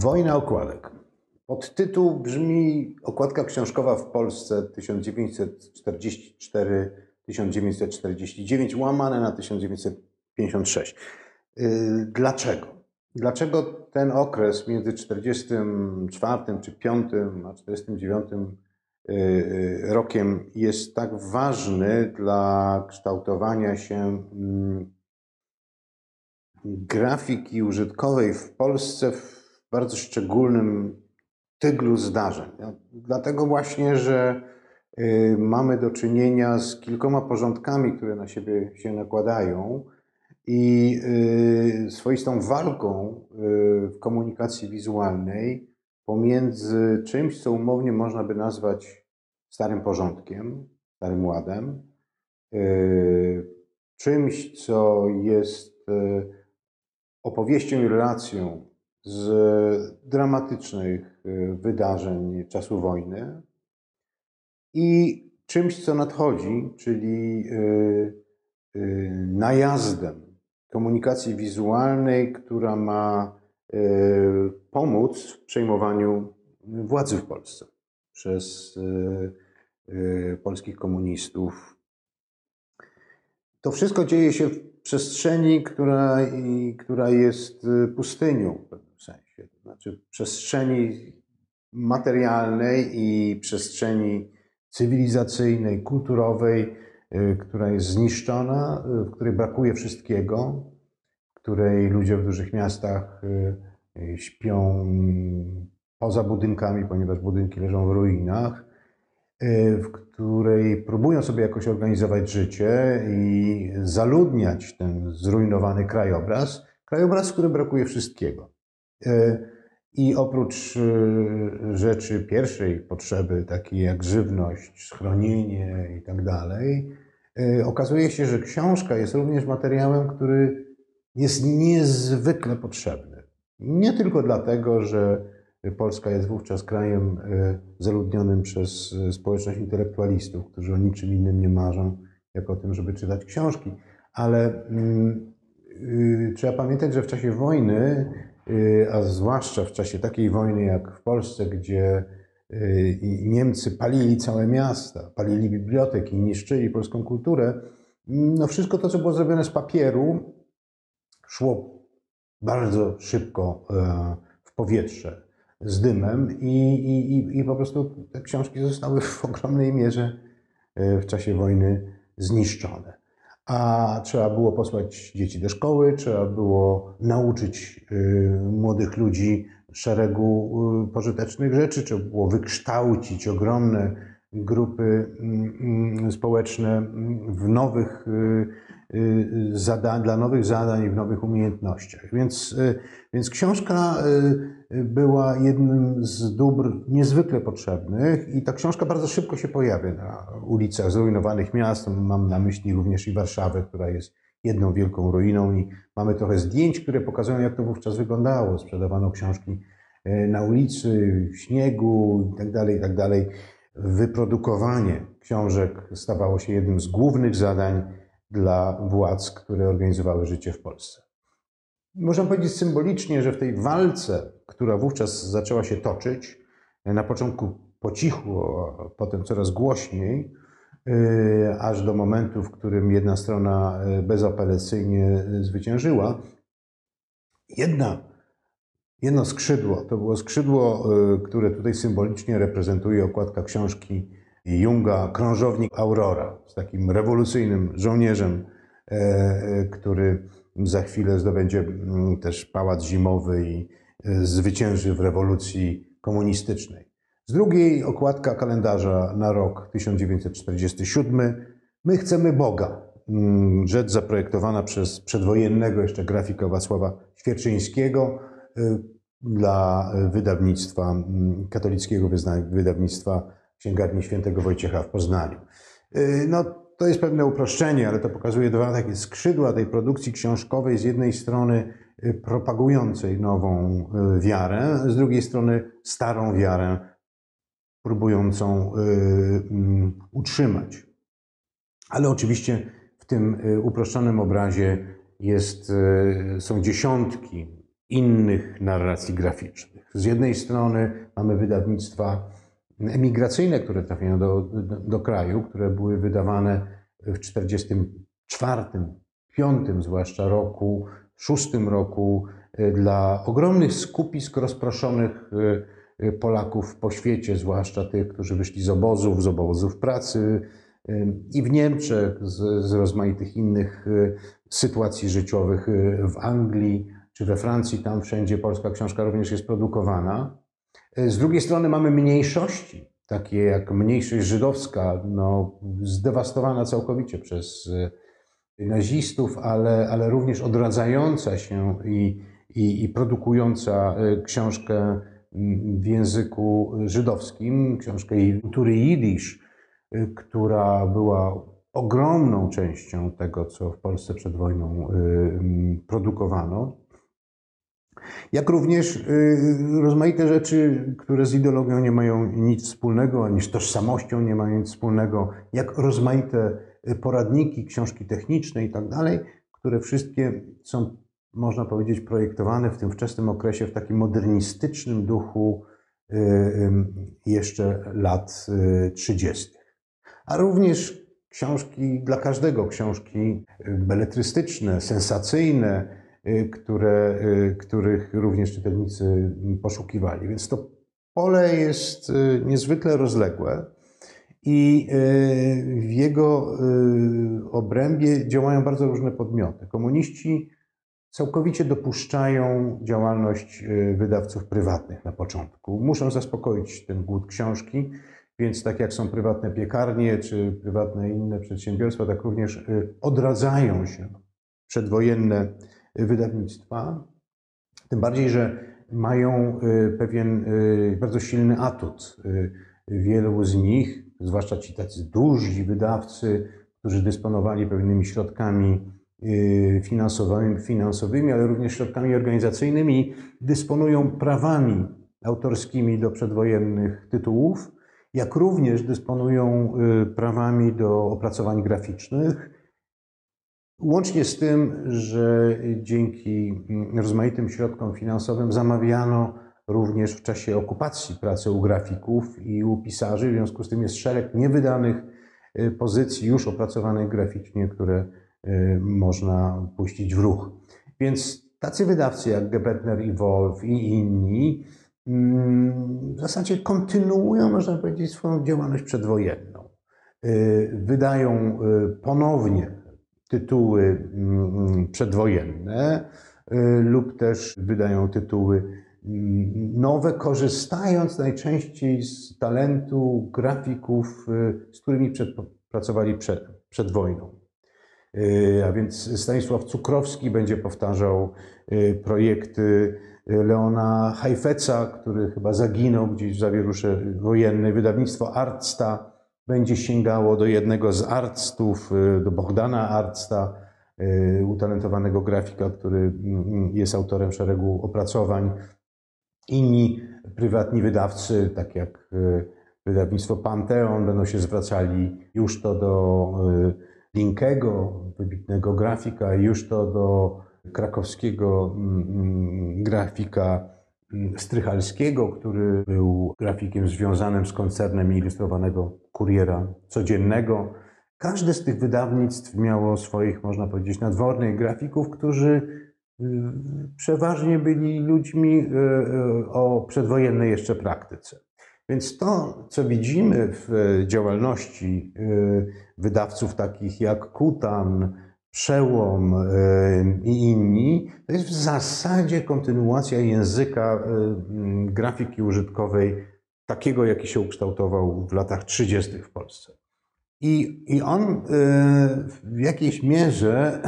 Wojna okładek. Podtytuł brzmi Okładka książkowa w Polsce 1944-1949 łamane na 1956. Dlaczego? Dlaczego ten okres między 1944 czy 5 a 1949 rokiem jest tak ważny dla kształtowania się grafiki użytkowej w Polsce w bardzo szczególnym tyglu zdarzeń? Dlatego właśnie, że mamy do czynienia z kilkoma porządkami, które na siebie się nakładają i swoistą walką w komunikacji wizualnej pomiędzy czymś, co umownie można by nazwać starym porządkiem, starym ładem, czymś, co jest opowieścią i relacją z dramatycznych wydarzeń czasu wojny i czymś, co nadchodzi, czyli najazdem komunikacji wizualnej, która ma pomóc w przejmowaniu władzy w Polsce przez polskich komunistów. To wszystko dzieje się w przestrzeni, która jest pustynią w pewnym sensie. To znaczy przestrzeni materialnej i przestrzeni cywilizacyjnej, kulturowej, która jest zniszczona, w której brakuje wszystkiego, w której ludzie w dużych miastach śpią poza budynkami, ponieważ budynki leżą w ruinach, w której próbują sobie jakoś organizować życie i zaludniać ten zrujnowany krajobraz, w którym brakuje wszystkiego. I oprócz rzeczy pierwszej potrzeby, takiej jak żywność, schronienie i tak dalej, okazuje się, że książka jest również materiałem, który jest niezwykle potrzebny. Nie tylko dlatego, że Polska jest wówczas krajem zaludnionym przez społeczność intelektualistów, którzy o niczym innym nie marzą, jak o tym, żeby czytać książki, ale trzeba pamiętać, że w czasie wojny, a zwłaszcza w czasie takiej wojny jak w Polsce, gdzie Niemcy palili całe miasta, palili biblioteki, niszczyli polską kulturę, no wszystko to, co było zrobione z papieru, szło bardzo szybko w powietrze z dymem i po prostu te książki zostały w ogromnej mierze w czasie wojny zniszczone. A trzeba było posłać dzieci do szkoły, trzeba było nauczyć młodych ludzi szeregu pożytecznych rzeczy, trzeba było wykształcić ogromne grupy społeczne w nowych dla nowych zadań i w nowych umiejętnościach. Więc książka była jednym z dóbr niezwykle potrzebnych i ta książka bardzo szybko się pojawia na ulicach zrujnowanych miast. Mam na myśli również i Warszawę, która jest jedną wielką ruiną i mamy trochę zdjęć, które pokazują, jak to wówczas wyglądało. Sprzedawano książki na ulicy, w śniegu i tak dalej. Wyprodukowanie książek stawało się jednym z głównych zadań dla władz, które organizowały życie w Polsce. Można powiedzieć symbolicznie, że w tej walce, która wówczas zaczęła się toczyć, na początku po cichu, a potem coraz głośniej, aż do momentu, w którym jedna strona bezapelacyjnie zwyciężyła, jedno skrzydło, to było skrzydło, które tutaj symbolicznie reprezentuje okładka książki Junga, Krążownik Aurora, z takim rewolucyjnym żołnierzem, który za chwilę zdobędzie też Pałac Zimowy i zwycięży w rewolucji komunistycznej. Z drugiej okładka kalendarza na rok 1947. My chcemy Boga. Rzecz zaprojektowana przez przedwojennego jeszcze grafika Wacława Świerczyńskiego dla wydawnictwa katolickiego, wydawnictwa Księgarni Świętego Wojciecha w Poznaniu. No, to jest pewne uproszczenie, ale to pokazuje dwa takie skrzydła tej produkcji książkowej. Z jednej strony propagującej nową wiarę, z drugiej strony starą wiarę, próbującą utrzymać. Ale oczywiście w tym uproszczonym obrazie są dziesiątki innych narracji graficznych. Z jednej strony mamy wydawnictwa emigracyjne, które trafiają do kraju, które były wydawane w 1944, 1945 zwłaszcza roku, 1946 roku dla ogromnych skupisk rozproszonych Polaków po świecie, zwłaszcza tych, którzy wyszli z obozów pracy i w Niemczech, z rozmaitych innych sytuacji życiowych w Anglii czy we Francji, tam wszędzie polska książka również jest produkowana. Z drugiej strony mamy mniejszości, takie jak mniejszość żydowska, zdewastowana całkowicie przez nazistów, ale również odradzająca się i produkująca książkę w języku żydowskim, książkę kultury jidysz, która była ogromną częścią tego, co w Polsce przed wojną produkowano. Jak również rozmaite rzeczy, które z ideologią nie mają nic wspólnego, ani z tożsamością nie mają nic wspólnego, jak rozmaite poradniki, książki techniczne i tak dalej, które wszystkie są, można powiedzieć, projektowane w tym wczesnym okresie w takim modernistycznym duchu jeszcze lat 30. A również książki dla każdego, książki beletrystyczne, sensacyjne, których również czytelnicy poszukiwali. Więc to pole jest niezwykle rozległe i w jego obrębie działają bardzo różne podmioty. Komuniści całkowicie dopuszczają działalność wydawców prywatnych na początku. Muszą zaspokoić ten głód książki, więc tak jak są prywatne piekarnie czy prywatne inne przedsiębiorstwa, tak również odradzają się przedwojenne wydawnictwa. Tym bardziej, że mają pewien bardzo silny atut. Wielu z nich, zwłaszcza ci tacy duzi wydawcy, którzy dysponowali pewnymi środkami finansowymi, ale również środkami organizacyjnymi, dysponują prawami autorskimi do przedwojennych tytułów, jak również dysponują prawami do opracowań graficznych, łącznie z tym, że dzięki rozmaitym środkom finansowym zamawiano również w czasie okupacji pracę u grafików i u pisarzy. W związku z tym jest szereg niewydanych pozycji już opracowanych graficznie, które można puścić w ruch. Więc tacy wydawcy jak Gebethner i Wolf i inni w zasadzie kontynuują, można powiedzieć, swoją działalność przedwojenną. Wydają ponownie tytuły przedwojenne lub też wydają tytuły nowe, korzystając najczęściej z talentu grafików, z którymi pracowali przed wojną. A więc Stanisław Cukrowski będzie powtarzał projekty Leona Heifetza, który chyba zaginął gdzieś w zawierusze wojennej. Wydawnictwo Artsta będzie sięgało do jednego z artstów, do Bohdana Artsta, utalentowanego grafika, który jest autorem szeregu opracowań. Inni prywatni wydawcy, tak jak wydawnictwo Panteon, będą się zwracali już to do Linkego, wybitnego grafika, już to do krakowskiego grafika Strychalskiego, który był grafikiem związanym z koncernem ilustrowanego Kuriera Codziennego. Każde z tych wydawnictw miało swoich, można powiedzieć, nadwornych grafików, którzy przeważnie byli ludźmi o przedwojennej jeszcze praktyce. Więc to, co widzimy w działalności wydawców takich jak Kutan, Przełom i inni, to jest w zasadzie kontynuacja języka grafiki użytkowej takiego, jaki się ukształtował w latach 30. w Polsce. I on w jakiejś mierze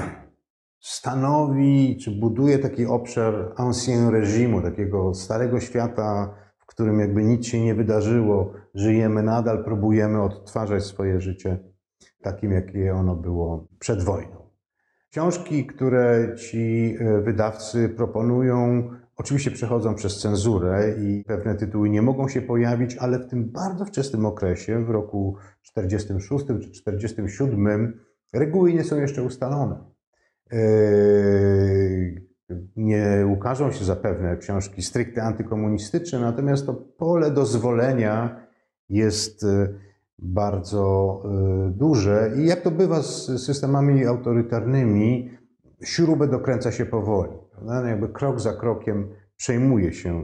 stanowi, czy buduje taki obszar ancien reżimu, takiego starego świata, w którym jakby nic się nie wydarzyło, żyjemy nadal, próbujemy odtwarzać swoje życie takim, jakie ono było przed wojną. Książki, które ci wydawcy proponują, oczywiście przechodzą przez cenzurę i pewne tytuły nie mogą się pojawić, ale w tym bardzo wczesnym okresie, w roku 46 czy 47, reguły nie są jeszcze ustalone. Nie ukażą się zapewne książki stricte antykomunistyczne, natomiast to pole dozwolenia jest bardzo duże i jak to bywa z systemami autorytarnymi, śrubę dokręca się powoli. Prawda? Jakby krok za krokiem przejmuje się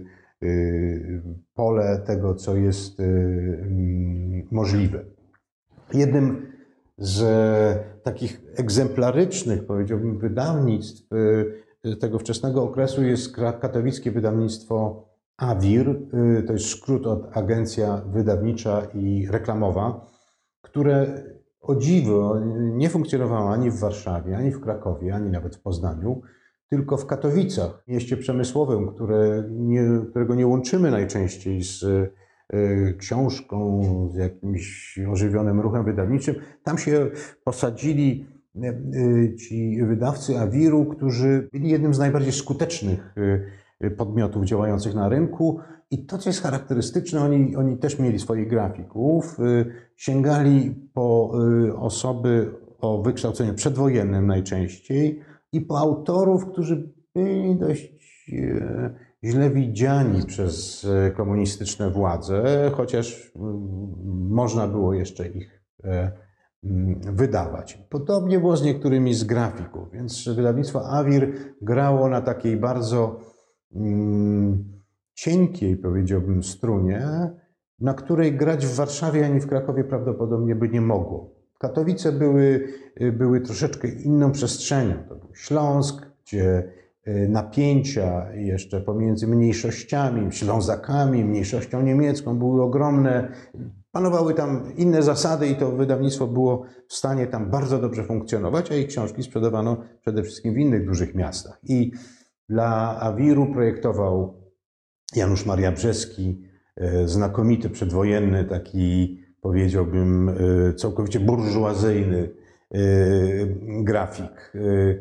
pole tego, co jest możliwe. Jednym z takich egzemplarycznych, powiedziałbym, wydawnictw tego wczesnego okresu jest katowickie wydawnictwo AWIR, to jest skrót od Agencja Wydawnicza i Reklamowa, które o dziwo nie funkcjonowało ani w Warszawie, ani w Krakowie, ani nawet w Poznaniu, tylko w Katowicach, mieście przemysłowym, którego nie łączymy najczęściej z książką, z jakimś ożywionym ruchem wydawniczym. Tam się posadzili ci wydawcy AWIR-u, którzy byli jednym z najbardziej skutecznych podmiotów działających na rynku. I to, co jest charakterystyczne, oni też mieli swoich grafików, sięgali po osoby o wykształceniu przedwojennym najczęściej i po autorów, którzy byli dość źle widziani przez komunistyczne władze, chociaż można było jeszcze ich wydawać. Podobnie było z niektórymi z grafików, więc wydawnictwo AWIR grało na takiej bardzo cienkiej, powiedziałbym, strunie, na której grać w Warszawie ani w Krakowie prawdopodobnie by nie mogło. Katowice były troszeczkę inną przestrzenią. To był Śląsk, gdzie napięcia jeszcze pomiędzy mniejszościami, Ślązakami, mniejszością niemiecką były ogromne. Panowały tam inne zasady i to wydawnictwo było w stanie tam bardzo dobrze funkcjonować, a ich książki sprzedawano przede wszystkim w innych dużych miastach. I dla AWIR-u projektował Janusz Maria Brzeski, znakomity przedwojenny, taki, powiedziałbym, całkowicie burżuazyjny grafik,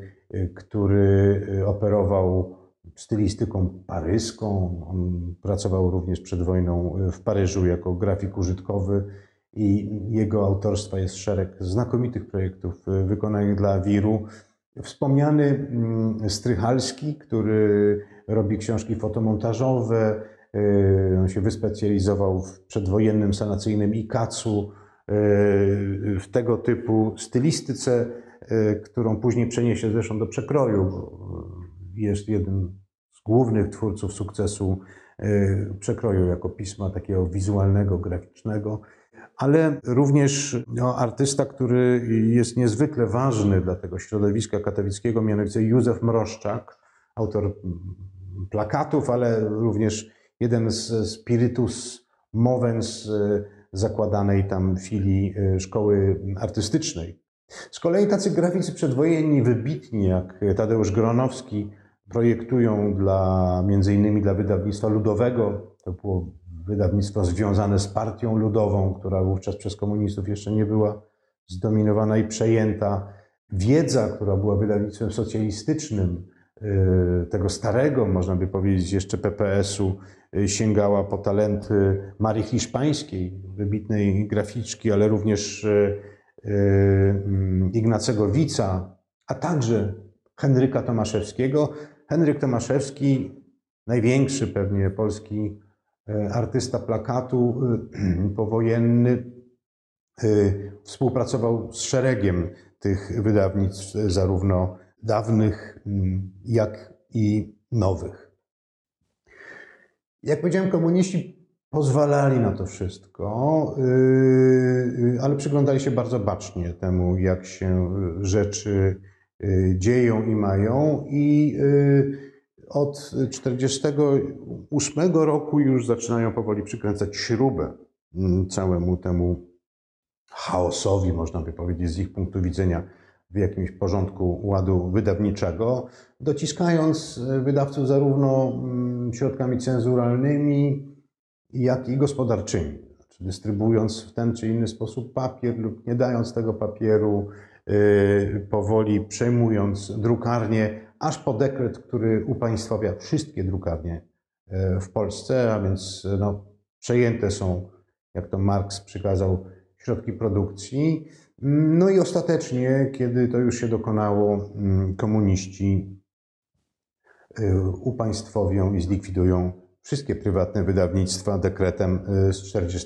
który operował stylistyką paryską. On pracował również przed wojną w Paryżu jako grafik użytkowy i jego autorstwa jest szereg znakomitych projektów wykonanych dla AWIR-u. Wspomniany Strychalski, który robi książki fotomontażowe, on się wyspecjalizował w przedwojennym sanacyjnym ikacu, w tego typu stylistyce, którą później przeniesie zresztą do przekroju, bo jest jednym z głównych twórców sukcesu przekroju jako pisma takiego wizualnego, graficznego, ale również artysta, który jest niezwykle ważny dla tego środowiska katowickiego, mianowicie Józef Mroszczak, autor plakatów, ale również jeden z spiritus movens zakładanej tam filii szkoły artystycznej. Z kolei tacy graficy przedwojenni wybitni jak Tadeusz Gronowski projektują między innymi dla wydawnictwa ludowego. To było wydawnictwo związane z partią ludową, która wówczas przez komunistów jeszcze nie była zdominowana i przejęta. Wiedza, która była wydawnictwem socjalistycznym, tego starego, można by powiedzieć, jeszcze PPS-u, sięgała po talenty Marii Hiszpańskiej, wybitnej graficzki, ale również Ignacego Wica, a także Henryka Tomaszewskiego. Henryk Tomaszewski, największy pewnie polski artysta plakatu powojenny, współpracował z szeregiem tych wydawnictw, zarówno dawnych, jak i nowych. Jak powiedziałem, komuniści pozwalali na to wszystko, ale przyglądali się bardzo bacznie temu, jak się rzeczy dzieją i mają. I od 1948 roku już zaczynają powoli przykręcać śrubę całemu temu chaosowi, można by powiedzieć, z ich punktu widzenia, w jakimś porządku ładu wydawniczego, dociskając wydawców zarówno środkami cenzuralnymi, jak i gospodarczymi. Znaczy dystrybuując w ten czy inny sposób papier lub nie dając tego papieru, powoli przejmując drukarnie, aż po dekret, który upaństwawia wszystkie drukarnie w Polsce, a więc przejęte są, jak to Marks przykazał, środki produkcji. No i ostatecznie, kiedy to już się dokonało, komuniści upaństwowią i zlikwidują wszystkie prywatne wydawnictwa dekretem z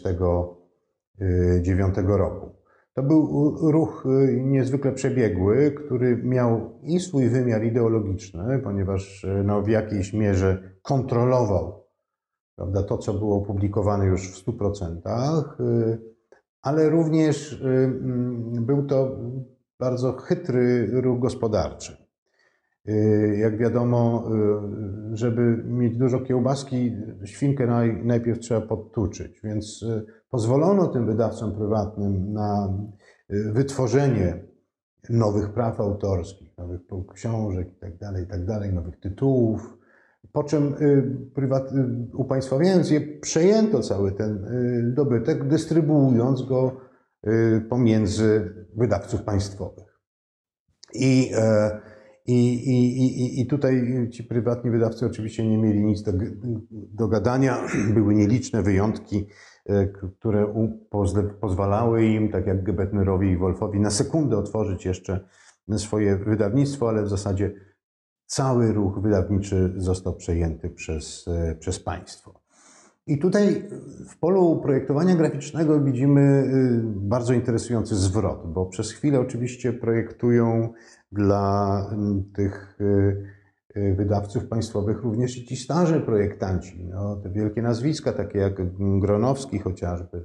1949 roku. To był ruch niezwykle przebiegły, który miał i swój wymiar ideologiczny, ponieważ w jakiejś mierze kontrolował, prawda, to, co było opublikowane już w 100%, ale również był to bardzo chytry ruch gospodarczy. Jak wiadomo, żeby mieć dużo kiełbaski, świnkę najpierw trzeba podtuczyć, więc pozwolono tym wydawcom prywatnym na wytworzenie nowych praw autorskich, nowych książek itd., nowych tytułów, po czym upaństwawiając je, przejęto cały ten dobytek, dystrybuując go pomiędzy wydawców państwowych. I tutaj ci prywatni wydawcy oczywiście nie mieli nic do gadania. Były nieliczne wyjątki, które pozwalały im, tak jak Gebethnerowi i Wolfowi, na sekundę otworzyć jeszcze swoje wydawnictwo, ale w zasadzie cały ruch wydawniczy został przejęty przez państwo. I tutaj w polu projektowania graficznego widzimy bardzo interesujący zwrot, bo przez chwilę oczywiście projektują dla tych wydawców państwowych również i ci starzy projektanci. No, te wielkie nazwiska, takie jak Gronowski chociażby,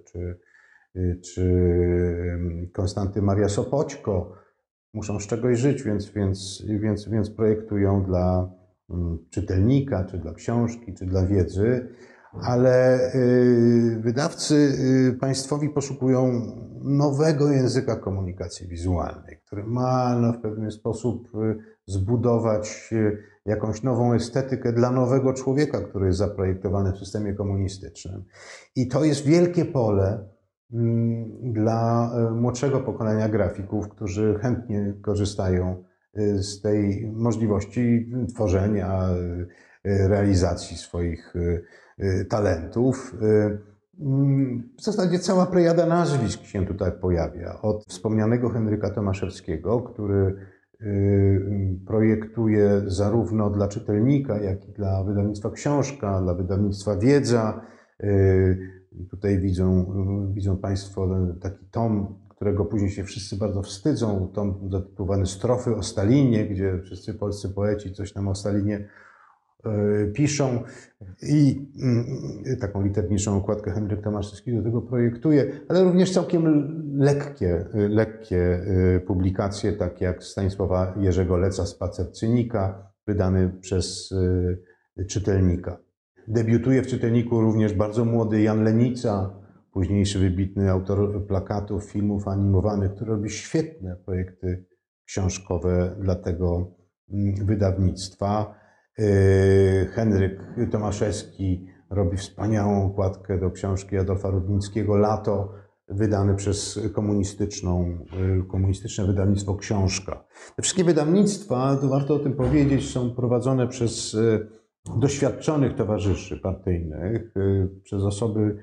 czy Konstanty Maria Sopoćko, muszą z czegoś żyć, więc projektują dla czytelnika, czy dla książki, czy dla wiedzy. Ale wydawcy państwowi poszukują nowego języka komunikacji wizualnej, który ma w pewien sposób zbudować jakąś nową estetykę dla nowego człowieka, który jest zaprojektowany w systemie komunistycznym. I to jest wielkie pole dla młodszego pokolenia grafików, którzy chętnie korzystają z tej możliwości tworzenia, realizacji swoich talentów. W zasadzie cała plejada nazwisk się tutaj pojawia. Od wspomnianego Henryka Tomaszewskiego, który projektuje zarówno dla czytelnika, jak i dla wydawnictwa Książka, dla wydawnictwa Wiedza. Tutaj widzą Państwo taki tom, którego później się wszyscy bardzo wstydzą, tom zatytułowany Strofy o Stalinie, gdzie wszyscy polscy poeci coś nam o Stalinie piszą i taką literniczą okładkę Henryk Tomaszewski do tego projektuje, ale również całkiem lekkie publikacje, takie jak Stanisława Jerzego Leca Spacer Cynika, wydany przez czytelnika. Debiutuje w czytelniku również bardzo młody Jan Lenica, późniejszy wybitny autor plakatów, filmów animowanych, który robi świetne projekty książkowe dla tego wydawnictwa. Henryk Tomaszewski robi wspaniałą okładkę do książki Adolfa Rudnickiego Lato, wydany przez komunistyczne wydawnictwo Książka. Te wszystkie wydawnictwa, to warto o tym powiedzieć, są prowadzone przez doświadczonych towarzyszy partyjnych, przez osoby,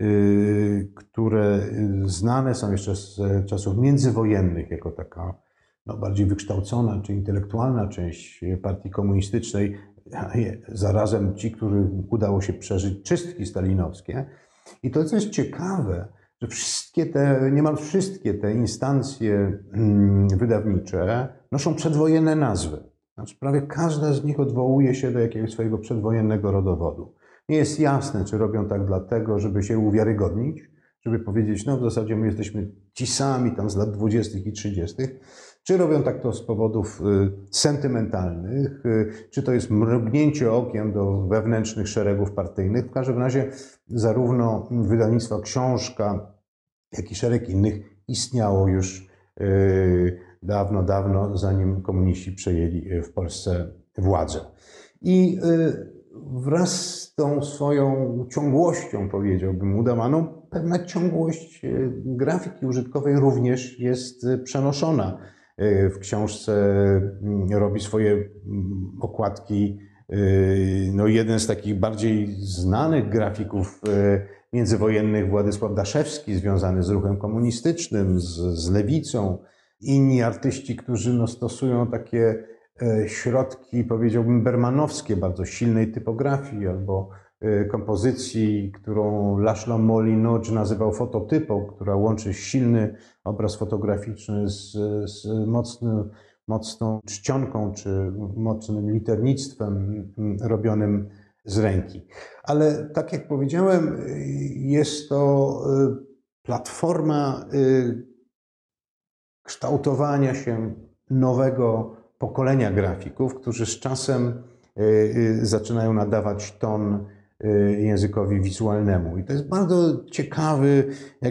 które znane są jeszcze z czasów międzywojennych jako taka bardziej wykształcona czy intelektualna część partii komunistycznej, zarazem ci, którym udało się przeżyć czystki stalinowskie. I to, co jest ciekawe, że niemal wszystkie te instancje wydawnicze noszą przedwojenne nazwy. Znaczy, prawie każda z nich odwołuje się do jakiegoś swojego przedwojennego rodowodu. Nie jest jasne, czy robią tak dlatego, żeby się uwiarygodnić, żeby powiedzieć, no w zasadzie my jesteśmy ci sami tam z lat 20. i 30., czy robią tak to z powodów sentymentalnych, czy to jest mrugnięcie okiem do wewnętrznych szeregów partyjnych. W każdym razie zarówno wydawnictwa Książka, jak i szereg innych istniało już dawno, zanim komuniści przejęli w Polsce władzę. I wraz z tą swoją ciągłością, powiedziałbym, udawaną, pewna ciągłość grafiki użytkowej również jest przenoszona. W książce robi swoje okładki jeden z takich bardziej znanych grafików międzywojennych, Władysław Daszewski, związany z ruchem komunistycznym, z lewicą. Inni artyści, którzy stosują takie środki, powiedziałbym, bermanowskie, bardzo silnej typografii albo kompozycji, którą Laszlo Molineux nazywał fototypą, która łączy silny obraz fotograficzny z mocną czcionką czy mocnym liternictwem robionym z ręki. Ale tak jak powiedziałem, jest to platforma kształtowania się nowego pokolenia grafików, którzy z czasem zaczynają nadawać ton językowi wizualnemu. I to jest bardzo ciekawy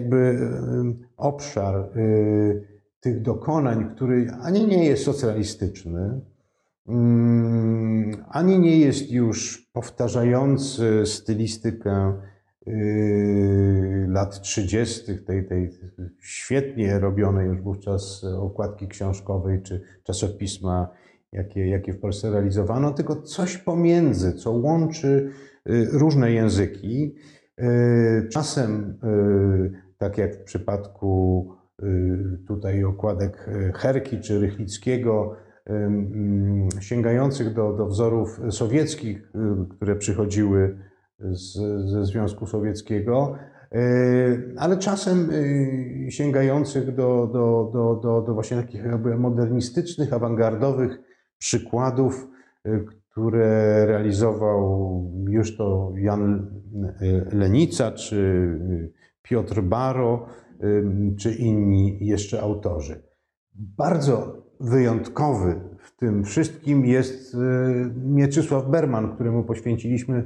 obszar tych dokonań, który ani nie jest socjalistyczny, ani nie jest już powtarzający stylistykę lat 30., tej świetnie robionej już wówczas okładki książkowej czy czasopisma, jakie w Polsce realizowano, tylko coś pomiędzy, co łączy różne języki. Czasem, tak jak w przypadku tutaj okładek Herki czy Rychlickiego, sięgających do wzorów sowieckich, które przychodziły ze Związku Sowieckiego, ale czasem sięgających do właśnie takich jakby modernistycznych, awangardowych przykładów, które realizował już to Jan Lenica, czy Piotr Baro, czy inni jeszcze autorzy. Bardzo wyjątkowy w tym wszystkim jest Mieczysław Berman, któremu poświęciliśmy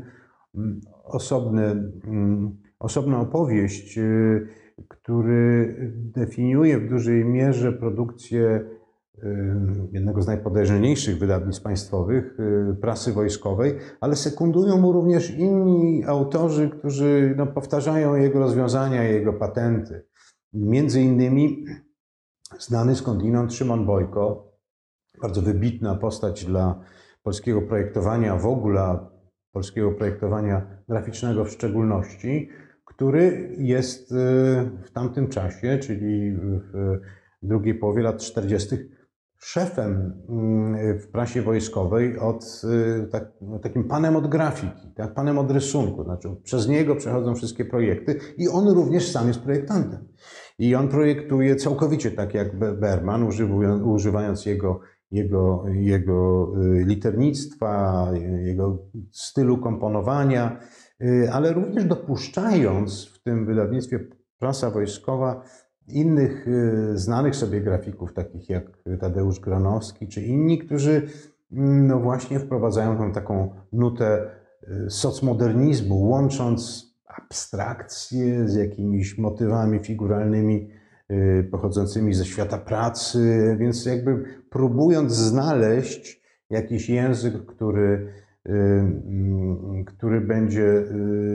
osobną opowieść, który definiuje w dużej mierze produkcję jednego z najpotężniejszych wydawnictw państwowych, prasy wojskowej, ale sekundują mu również inni autorzy, którzy powtarzają jego rozwiązania, jego patenty. Między innymi znany skądinąd Szymon Bojko, bardzo wybitna postać dla polskiego projektowania w ogóle, polskiego projektowania graficznego w szczególności, który jest w tamtym czasie, czyli w drugiej połowie lat 40., szefem w prasie wojskowej takim panem od grafiki, tak, panem od rysunku. Znaczy, przez niego przechodzą wszystkie projekty i on również sam jest projektantem. I on projektuje całkowicie tak jak Berman, używając jego liternictwa, jego stylu komponowania, ale również dopuszczając w tym wydawnictwie Prasa Wojskowa innych znanych sobie grafików, takich jak Tadeusz Granowski czy inni, którzy no właśnie wprowadzają tam taką nutę socmodernizmu, łącząc abstrakcje z jakimiś motywami figuralnymi pochodzącymi ze świata pracy, więc jakby próbując znaleźć jakiś język, który będzie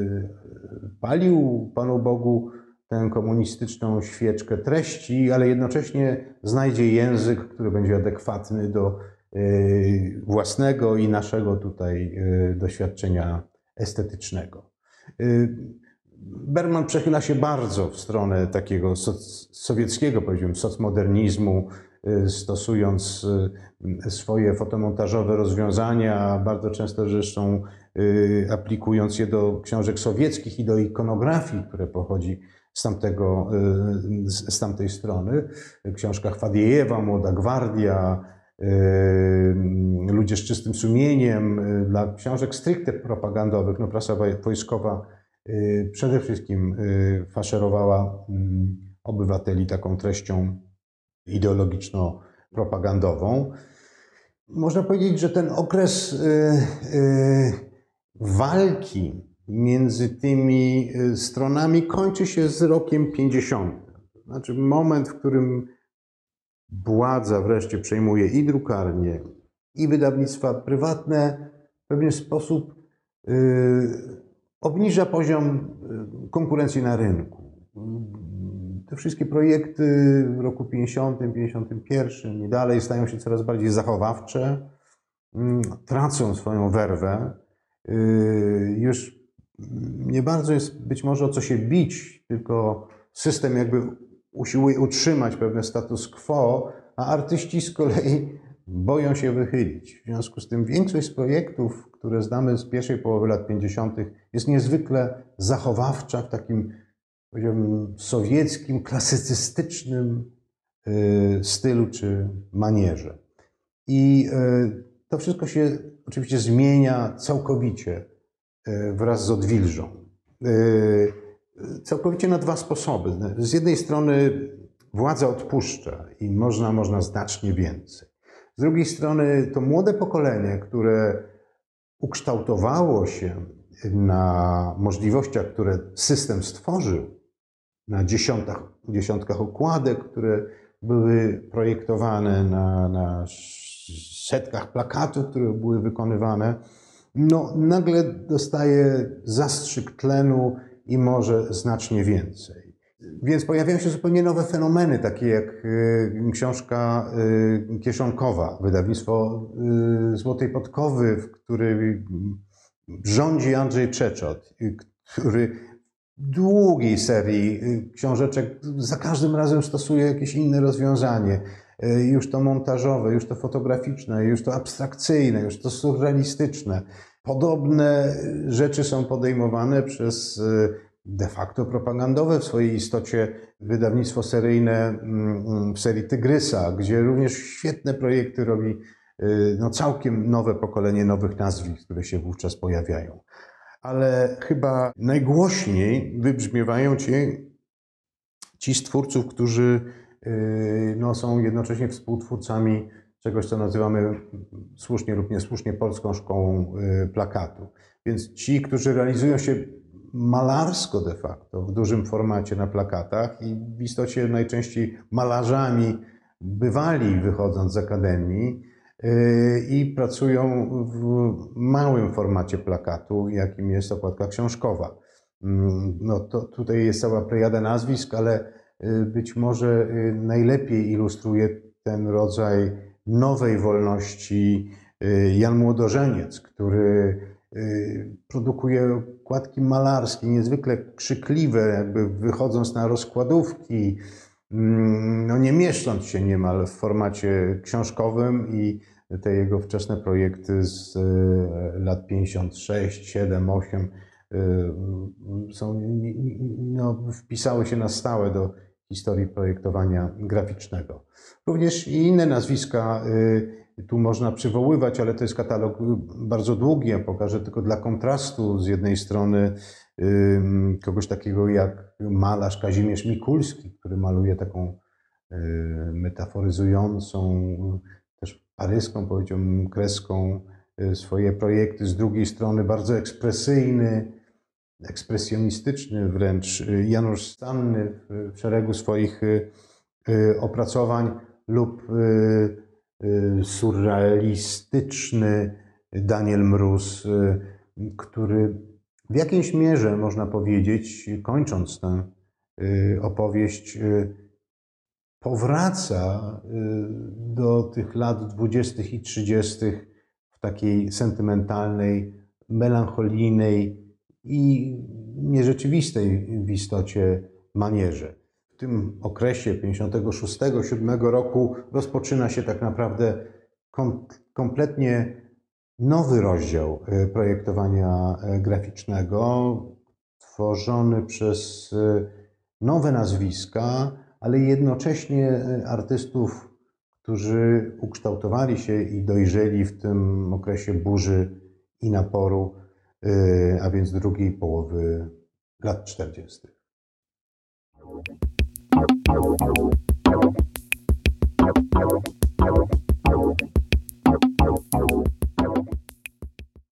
palił Panu Bogu tę komunistyczną świeczkę treści, ale jednocześnie znajdzie język, który będzie adekwatny do własnego i naszego tutaj doświadczenia estetycznego. Berman przechyla się bardzo w stronę takiego sowieckiego, powiedziałbym, socmodernizmu, stosując swoje fotomontażowe rozwiązania, bardzo często zresztą aplikując je do książek sowieckich i do ikonografii, które pochodzi z tamtej strony. W książkach Fadiejewa, Młoda Gwardia, Ludzie z czystym sumieniem, dla książek stricte propagandowych, no prasa wojskowa przede wszystkim faszerowała obywateli taką treścią ideologiczno-propagandową. Można powiedzieć, że ten okres walki między tymi stronami kończy się z rokiem 50. Znaczy moment, w którym władza wreszcie przejmuje i drukarnie, i wydawnictwa prywatne, w pewien sposób obniża poziom konkurencji na rynku. Te wszystkie projekty w roku 50, 51 i dalej stają się coraz bardziej zachowawcze, tracą swoją werwę. Już nie bardzo jest być może o co się bić, tylko system jakby usiłuje utrzymać pewne status quo, a artyści z kolei boją się wychylić. W związku z tym większość z projektów, które znamy z pierwszej połowy lat 50., jest niezwykle zachowawcza w takim, powiedziałbym, sowieckim, klasycystycznym stylu czy manierze. I to wszystko się oczywiście zmienia całkowicie wraz z odwilżą. Całkowicie na dwa sposoby. Z jednej strony władza odpuszcza i można znacznie więcej. Z drugiej strony to młode pokolenie, które ukształtowało się na możliwościach, które system stworzył, na dziesiątkach okładek, które były projektowane, na setkach plakatów, które były wykonywane, no nagle dostaje zastrzyk tlenu i może znacznie więcej. Więc pojawiają się zupełnie nowe fenomeny, takie jak książka kieszonkowa, wydawnictwo Złotej Podkowy, w której rządzi Andrzej Czeczot, który w długiej serii książeczek za każdym razem stosuje jakieś inne rozwiązanie. Już to montażowe, już to fotograficzne, już to abstrakcyjne, już to surrealistyczne. Podobne rzeczy są podejmowane przez de facto propagandowe w swojej istocie wydawnictwo seryjne w serii Tygrysa, gdzie również świetne projekty robi całkiem nowe pokolenie nowych nazwisk, które się wówczas pojawiają. Ale chyba najgłośniej wybrzmiewają ci z twórców, którzy są jednocześnie współtwórcami czegoś, co nazywamy słusznie lub niesłusznie polską szkołą plakatu. Więc ci, którzy realizują się malarsko de facto w dużym formacie na plakatach i w istocie najczęściej malarzami bywali, wychodząc z akademii, i pracują w małym formacie plakatu, jakim jest okładka książkowa. No to tutaj jest cała plejada nazwisk, ale być może najlepiej ilustruje ten rodzaj nowej wolności Jan Młodożeniec, który produkuje okładki malarskie, niezwykle krzykliwe, jakby wychodząc na rozkładówki, nie mieszcząc się niemal w formacie książkowym, i te jego wczesne projekty z lat 56, 7, 8 wpisały się na stałe do historii projektowania graficznego. Również i inne nazwiska tu można przywoływać, ale to jest katalog bardzo długi. Ja pokażę tylko dla kontrastu z jednej strony kogoś takiego jak malarz Kazimierz Mikulski, który maluje taką metaforyzującą, też paryską, powiedziałbym, kreską swoje projekty. Z drugiej strony bardzo ekspresyjny, ekspresjonistyczny wręcz Janusz Stanny w szeregu swoich opracowań, lub surrealistyczny Daniel Mróz, który w jakiejś mierze, można powiedzieć, kończąc tę opowieść, powraca do tych lat 20. i 30. w takiej sentymentalnej, melancholijnej i nierzeczywistej w istocie manierze. W tym okresie 56-57 roku rozpoczyna się tak naprawdę kompletnie nowy rozdział projektowania graficznego, tworzony przez nowe nazwiska, ale jednocześnie artystów, którzy ukształtowali się i dojrzeli w tym okresie burzy i naporu, a więc drugiej połowy lat 40.